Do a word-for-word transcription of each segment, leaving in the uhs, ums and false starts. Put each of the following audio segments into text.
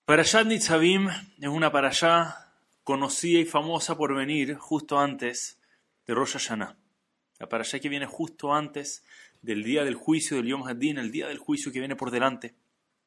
Parashat Nitzavim es una parashá conocida y famosa por venir justo antes de Rosh Hashanah. La parashá que viene justo antes del día del juicio, del Yom Hadin, el día del juicio que viene por delante.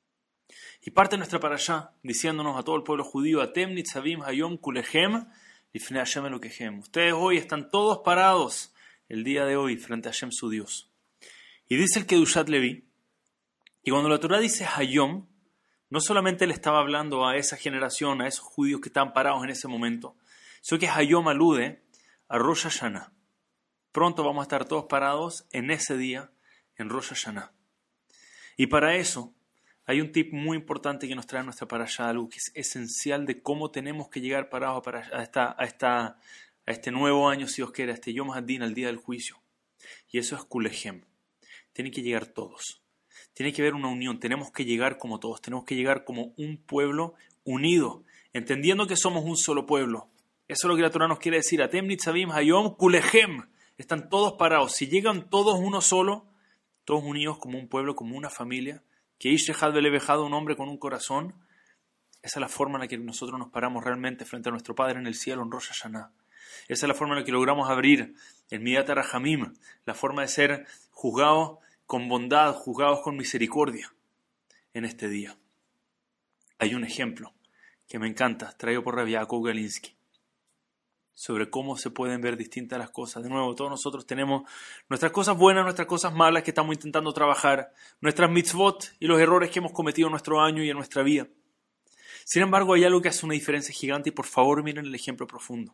Y parte nuestra parashá diciéndonos a todo el pueblo judío: Atem Nitzavim Hayom Kulechem Lifnei Hashem Elokehem. Ustedes hoy están todos parados el día de hoy frente a Hashem su Dios. Y dice el Kedushat Levi, y cuando la Torah dice Hayom, no solamente le estaba hablando a esa generación, a esos judíos que estaban parados en ese momento, sino que Hayom alude a Rosh Hashanah. Pronto vamos a estar todos parados en ese día, en Rosh Hashanah. Y para eso hay un tip muy importante que nos trae nuestra parashá, algo que es esencial de cómo tenemos que llegar parados a, esta, a, esta, a este nuevo año, si Dios quiere, a este Yom Hadin, al día del juicio. Y eso es Kulechem. Tienen que llegar todos. Tiene que haber una unión, tenemos que llegar como todos, tenemos que llegar como un pueblo unido, entendiendo que somos un solo pueblo. Eso es lo que la Torah nos quiere decir. Atem nitzavim hayom kulechem. Están todos parados. Si llegan todos uno solo, todos unidos como un pueblo, como una familia, que ish echad velevejad, un hombre con un corazón, esa es la forma en la que nosotros nos paramos realmente frente a nuestro Padre en el cielo, en Rosh Hashanah. Esa es la forma en la que logramos abrir el Midat HaRachamim, la forma de ser juzgados con bondad, juzgados con misericordia en este día. Hay un ejemplo que me encanta, traído por Rabbi Yaakov Galinsky, sobre cómo se pueden ver distintas las cosas. De nuevo, todos nosotros tenemos nuestras cosas buenas, nuestras cosas malas que estamos intentando trabajar, nuestras mitzvot y los errores que hemos cometido en nuestro año y en nuestra vida. Sin embargo, hay algo que hace una diferencia gigante y por favor miren el ejemplo profundo.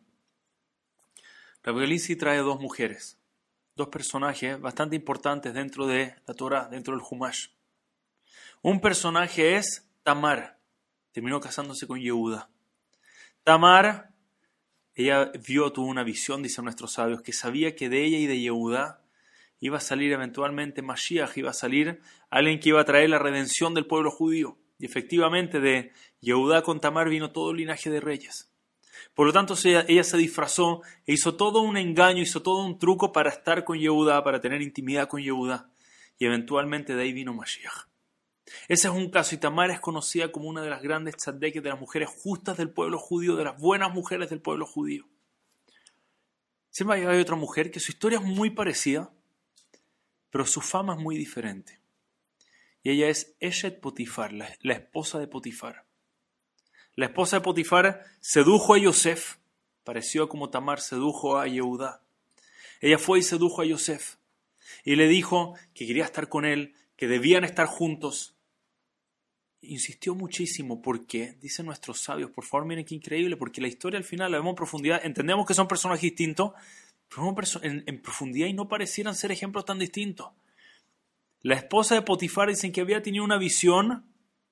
Rabbi Galinsky trae dos mujeres, dos personajes bastante importantes dentro de la Torah, dentro del Humash. Un personaje es Tamar, terminó casándose con Yehuda. Tamar, ella vio, tuvo una visión, dicen nuestros sabios, que sabía que de ella y de Yehuda iba a salir eventualmente Mashiach, iba a salir alguien que iba a traer la redención del pueblo judío. Y efectivamente de Yehuda con Tamar vino todo el linaje de reyes. Por lo tanto, ella, ella se disfrazó e hizo todo un engaño, hizo todo un truco para estar con Yehuda, para tener intimidad con Yehuda. Y eventualmente de ahí vino Mashiach. Ese es un caso, y Tamar es conocida como una de las grandes tzadekes, de las mujeres justas del pueblo judío, de las buenas mujeres del pueblo judío. Siempre hay otra mujer que su historia es muy parecida, pero su fama es muy diferente. Y ella es Eshet Potifar, la, la esposa de Potifar. La esposa de Potifar sedujo a Yosef, pareció como Tamar sedujo a Yehuda. Ella fue y sedujo a Yosef y le dijo que quería estar con él, que debían estar juntos. Insistió muchísimo porque, dicen nuestros sabios, por favor miren qué increíble, porque la historia al final la vemos en profundidad, entendemos que son personajes distintos, pero en, en profundidad y no parecieran ser ejemplos tan distintos. La esposa de Potifar dicen que había tenido una visión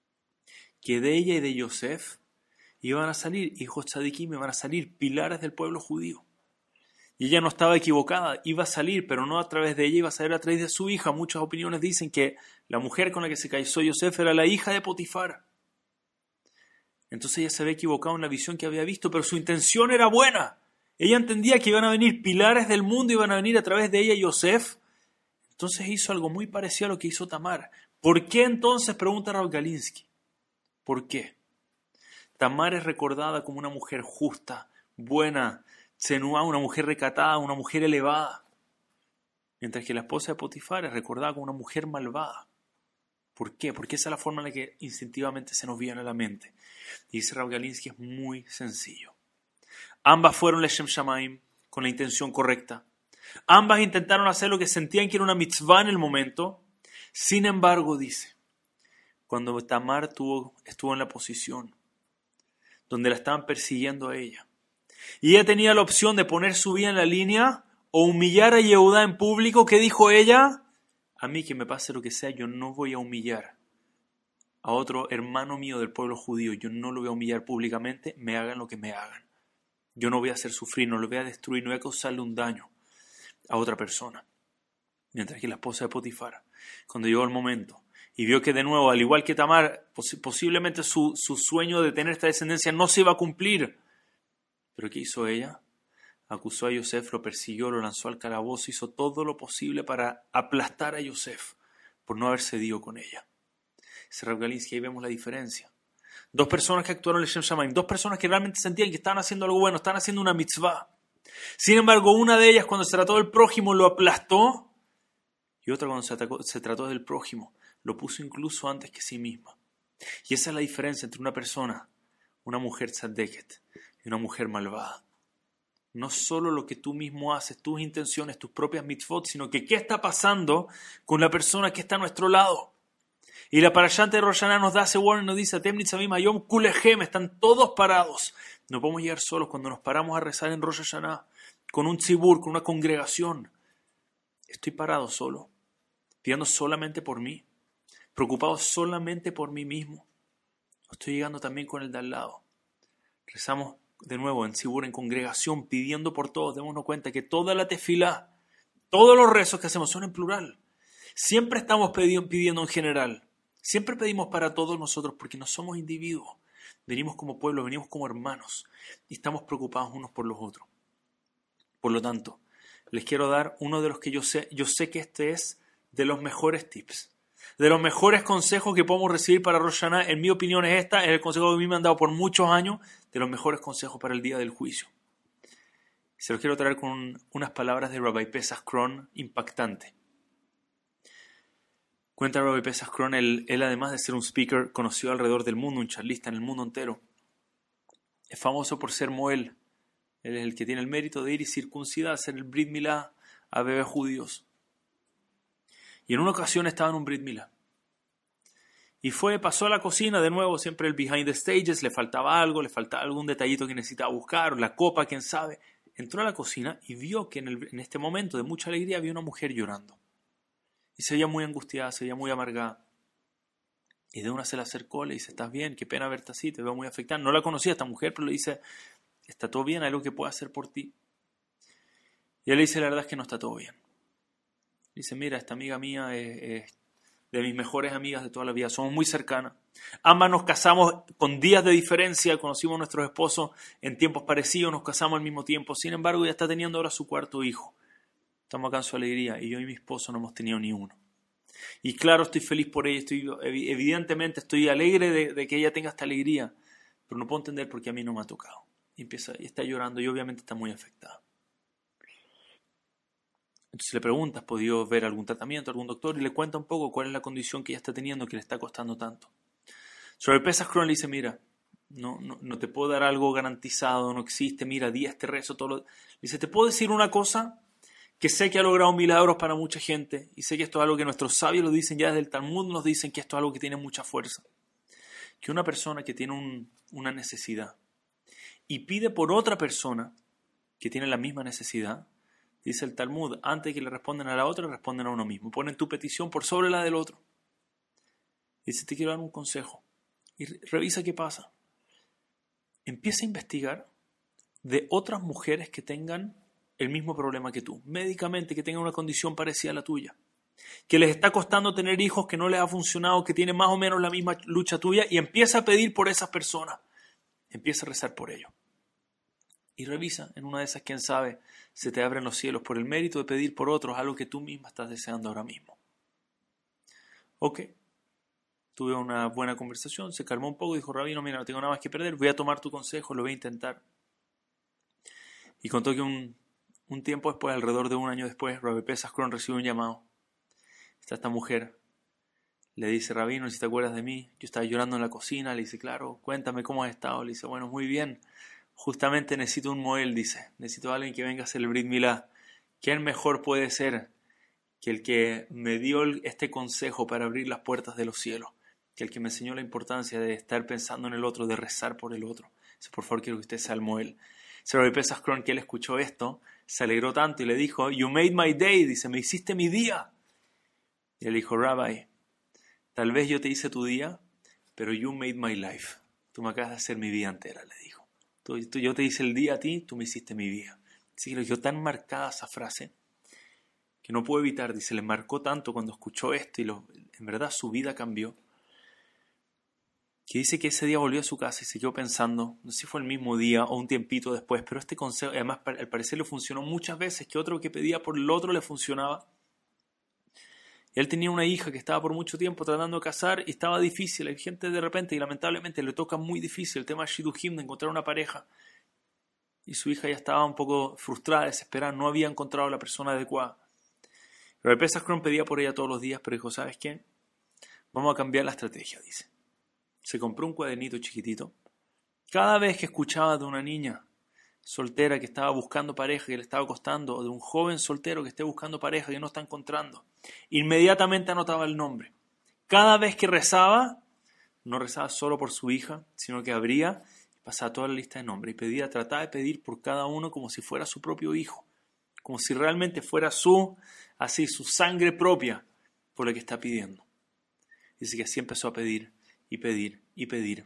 que de ella y de Yosef iban a salir hijos tzadikim, iban a salir pilares del pueblo judío. Y ella no estaba equivocada, iba a salir, pero no a través de ella, iba a salir a través de su hija. Muchas opiniones dicen que la mujer con la que se casó Yosef era la hija de Potifar. Entonces ella se había equivocado en la visión que había visto, pero su intención era buena. Ella entendía que iban a venir pilares del mundo, iban a venir a través de ella Yosef. Entonces hizo algo muy parecido a lo que hizo Tamar. ¿Por qué entonces? Pregunta Rav Galinsky. ¿Por qué? Tamar es recordada como una mujer justa, buena, tzenuá, una mujer recatada, una mujer elevada. Mientras que la esposa de Potifar es recordada como una mujer malvada. ¿Por qué? Porque esa es la forma en la que instintivamente se nos viene a la mente. Y dice Rav Galinsky, es muy sencillo. Ambas fueron Leshem Shamaim con la intención correcta. Ambas intentaron hacer lo que sentían que era una mitzvah en el momento. Sin embargo, dice, cuando Tamar tuvo, estuvo en la posición donde la estaban persiguiendo a ella, y ella tenía la opción de poner su vida en la línea o humillar a Yehuda en público, ¿qué dijo ella? A mí que me pase lo que sea, yo no voy a humillar a otro hermano mío del pueblo judío, yo no lo voy a humillar públicamente, me hagan lo que me hagan. Yo no voy a hacer sufrir, no lo voy a destruir, no voy a causarle un daño a otra persona. Mientras que la esposa de Potifar, cuando llegó el momento y vio que de nuevo, al igual que Tamar, pos- posiblemente su, su sueño de tener esta descendencia no se iba a cumplir. ¿Pero qué hizo ella? Acusó a Yosef, lo persiguió, lo lanzó al calabozo, hizo todo lo posible para aplastar a Yosef por no haber cedido con ella. Ese Rav Galinsky, ahí vemos la diferencia. Dos personas que actuaron Leshem Shamayim. Dos personas que realmente sentían que estaban haciendo algo bueno, estaban haciendo una mitzvah. Sin embargo, una de ellas, cuando se trató del prójimo, lo aplastó. Y otra, cuando se, atacó, se trató del prójimo, lo puso incluso antes que sí misma. Y esa es la diferencia entre una persona, una mujer tzadeket, y una mujer malvada. No solo lo que tú mismo haces, tus intenciones, tus propias mitzvot, sino que qué está pasando con la persona que está a nuestro lado. Y la parashá de Rosh Hashanah nos da ese warning, nos dice, Atem nitzavim hayom kulechem, están todos parados. No podemos llegar solos cuando nos paramos a rezar en Rosh Hashanah, con un tzibur, con una congregación. Estoy parado solo, pidiendo solamente por mí, preocupado solamente por mí mismo. Estoy llegando también con el de al lado. Rezamos de nuevo en tzibur, en congregación, pidiendo por todos. Démonos cuenta que toda la tefilá, todos los rezos que hacemos son en plural. Siempre estamos pidiendo en general. Siempre pedimos para todos nosotros porque no somos individuos. Venimos como pueblo, venimos como hermanos y estamos preocupados unos por los otros. Por lo tanto, les quiero dar uno de los que yo sé, yo sé que este es de los mejores tips, de los mejores consejos que podemos recibir para Rosh Hashanah. En mi opinión es esta, es el consejo que a mí me han dado por muchos años, de los mejores consejos para el día del juicio. Se los quiero traer con unas palabras de Rabbi Pesach Krohn impactante. Cuenta Rabbi Pesach Krohn, él, él además de ser un speaker conocido alrededor del mundo, un charlista en el mundo entero, es famoso por ser Moel. Él es el que tiene el mérito de ir y circuncidar, hacer el Brit Milá a bebés judíos. Y en una ocasión estaba en un Brit Milá. Y fue, pasó a la cocina de nuevo, siempre el behind the stages, le faltaba algo, le faltaba algún detallito que necesitaba buscar, la copa, quién sabe. Entró a la cocina y vio que en, el, en este momento de mucha alegría había una mujer llorando. Y se veía muy angustiada, se veía muy amargada. Y de una se le acercó, le dice, ¿estás bien? Qué pena verte así, te veo muy afectada. No la conocía esta mujer, pero le dice, ¿está todo bien? ¿Hay algo que pueda hacer por ti? Y él le dice, la verdad es que no está todo bien. Dice, mira, esta amiga mía es, es de mis mejores amigas de toda la vida, somos muy cercanas. Ambas nos casamos con días de diferencia, conocimos a nuestros esposos en tiempos parecidos, nos casamos al mismo tiempo. Sin embargo, ella está teniendo ahora su cuarto hijo. Estamos acá en su alegría y yo y mi esposo no hemos tenido ni uno. Y claro, estoy feliz por ella, estoy, evidentemente estoy alegre de, de que ella tenga esta alegría, pero no puedo entender por qué a mí no me ha tocado. Y, empieza, y está llorando y obviamente está muy afectada. Entonces le pregunta, ¿has podido ver algún tratamiento, algún doctor? Y le cuenta un poco cuál es la condición que ella está teniendo, que le está costando tanto. Sobre Pesach Krohn le dice, mira, no, no, no te puedo dar algo garantizado, no existe, mira, di este rezo, todo lo... Le dice, te puedo decir una cosa que sé que ha logrado milagros para mucha gente, y sé que esto es algo que nuestros sabios lo dicen ya desde el Talmud, nos dicen que esto es algo que tiene mucha fuerza. Que una persona que tiene un, una necesidad y pide por otra persona que tiene la misma necesidad, dice el Talmud, antes de que le respondan a la otra, responden a uno mismo. Ponen tu petición por sobre la del otro. Dice, te quiero dar un consejo. Y revisa qué pasa. Empieza a investigar de otras mujeres que tengan el mismo problema que tú. Médicamente, que tengan una condición parecida a la tuya. Que les está costando tener hijos, que no les ha funcionado, que tienen más o menos la misma lucha tuya. Y empieza a pedir por esas personas. Empieza a rezar por ellos. Y revisa, en una de esas, quién sabe, se te abren los cielos por el mérito de pedir por otros algo que tú misma estás deseando ahora mismo. Ok, tuve una buena conversación, se calmó un poco, dijo, Rabino, mira, no tengo nada más que perder, voy a tomar tu consejo, lo voy a intentar. Y contó que un, un tiempo después, alrededor de un año después, Rabbi Pesach Krohn recibe un llamado. Está esta mujer, le dice, Rabino, si te acuerdas de mí, yo estaba llorando en la cocina, le dice, claro, cuéntame cómo has estado. Le dice, bueno, muy bien. Justamente necesito un Moel, dice. Necesito a alguien que venga a hacer el Brit Milá. ¿Quién mejor puede ser que el que me dio este consejo para abrir las puertas de los cielos? Que el que me enseñó la importancia de estar pensando en el otro, de rezar por el otro. Dice, por favor, quiero que usted sea el Moel. Dice Rabbi Pesach Krohn que él escuchó esto, se alegró tanto y le dijo, you made my day. Dice, me hiciste mi día. Y él dijo, Rabbi, tal vez yo te hice tu día, pero you made my life. Tú me acabas de hacer mi vida entera, le dijo. Tú, tú, yo te hice el día a ti, tú me hiciste mi vida. Así que le quedó tan marcada esa frase que no puedo evitar, dice, le marcó tanto cuando escuchó esto y lo, en verdad su vida cambió, que dice que ese día volvió a su casa y siguió pensando, no sé si fue el mismo día o un tiempito después, pero este consejo, además al parecer le funcionó muchas veces, que otro que pedía por el otro le funcionaba. Él tenía una hija que estaba por mucho tiempo tratando de casar y estaba difícil. Hay gente de repente y lamentablemente le toca muy difícil el tema de Shidduchim, de encontrar una pareja. Y su hija ya estaba un poco frustrada, desesperada, no había encontrado la persona adecuada. Rabbi Pesach Krohn pedía por ella todos los días, pero dijo, ¿sabes qué? Vamos a cambiar la estrategia, dice. Se compró un cuadernito chiquitito. Cada vez que escuchaba de una niña soltera que estaba buscando pareja, que le estaba costando, o de un joven soltero que esté buscando pareja que no está encontrando, inmediatamente anotaba el nombre. Cada vez que rezaba, no rezaba solo por su hija, sino que abría y pasaba toda la lista de nombres y pedía, trataba de pedir por cada uno como si fuera su propio hijo, como si realmente fuera su, así, su sangre propia por la que está pidiendo. Dice que así empezó a pedir y pedir y pedir,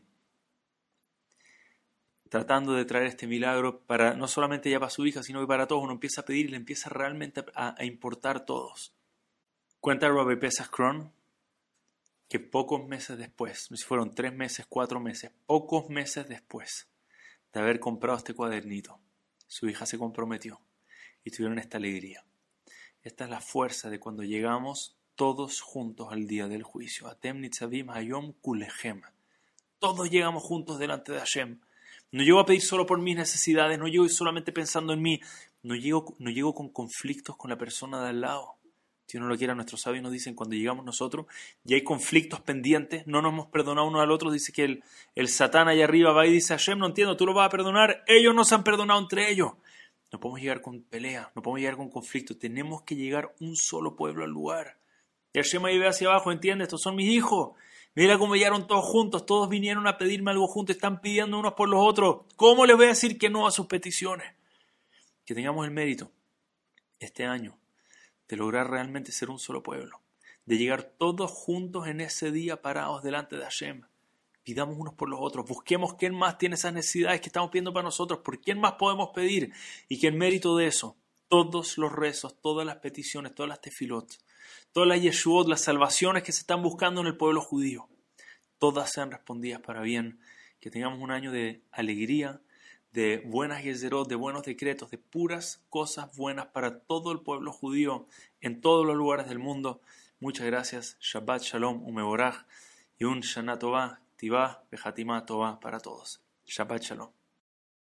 tratando de traer este milagro para no solamente ya para su hija, sino que para todos. Uno empieza a pedir y le empieza realmente a, a importar todos. Cuenta Rabbi Pesach Krohn que pocos meses después, si fueron tres meses, cuatro meses, pocos meses después de haber comprado este cuadernito, su hija se comprometió y tuvieron esta alegría. Esta es la fuerza de cuando llegamos todos juntos al día del juicio. Atem nitzavim hayom kulechem. Todos llegamos juntos delante de Hashem. No llego a pedir solo por mis necesidades, no llego solamente pensando en mí, no llego, no llego con conflictos con la persona de al lado. Si uno lo quiera, nuestros sabios nos dicen cuando llegamos nosotros y hay conflictos pendientes, no nos hemos perdonado uno al otro, dice que el, el Satán allá arriba va y dice, Hashem, no entiendo, tú lo vas a perdonar, ellos no se han perdonado entre ellos. No podemos llegar con pelea, no podemos llegar con conflictos, tenemos que llegar un solo pueblo al lugar. Y Hashem ahí ve hacia abajo, entiende, estos son mis hijos. Mira cómo llegaron todos juntos, todos vinieron a pedirme algo juntos, están pidiendo unos por los otros. ¿Cómo les voy a decir que no a sus peticiones? Que tengamos el mérito este año de lograr realmente ser un solo pueblo, de llegar todos juntos en ese día parados delante de Hashem. Pidamos unos por los otros, busquemos quién más tiene esas necesidades que estamos pidiendo para nosotros, por quién más podemos pedir, y que en mérito de eso, todos los rezos, todas las peticiones, todas las tefilot, todas las yeshuot, las salvaciones que se están buscando en el pueblo judío, todas sean respondidas para bien, que tengamos un año de alegría, de buenas gezerot, de buenos decretos, de puras cosas buenas para todo el pueblo judío en todos los lugares del mundo. Muchas gracias. Shabbat Shalom Umeborach y un Shana Tová, Tivá, Bejatimá Tová para todos. Shabbat Shalom.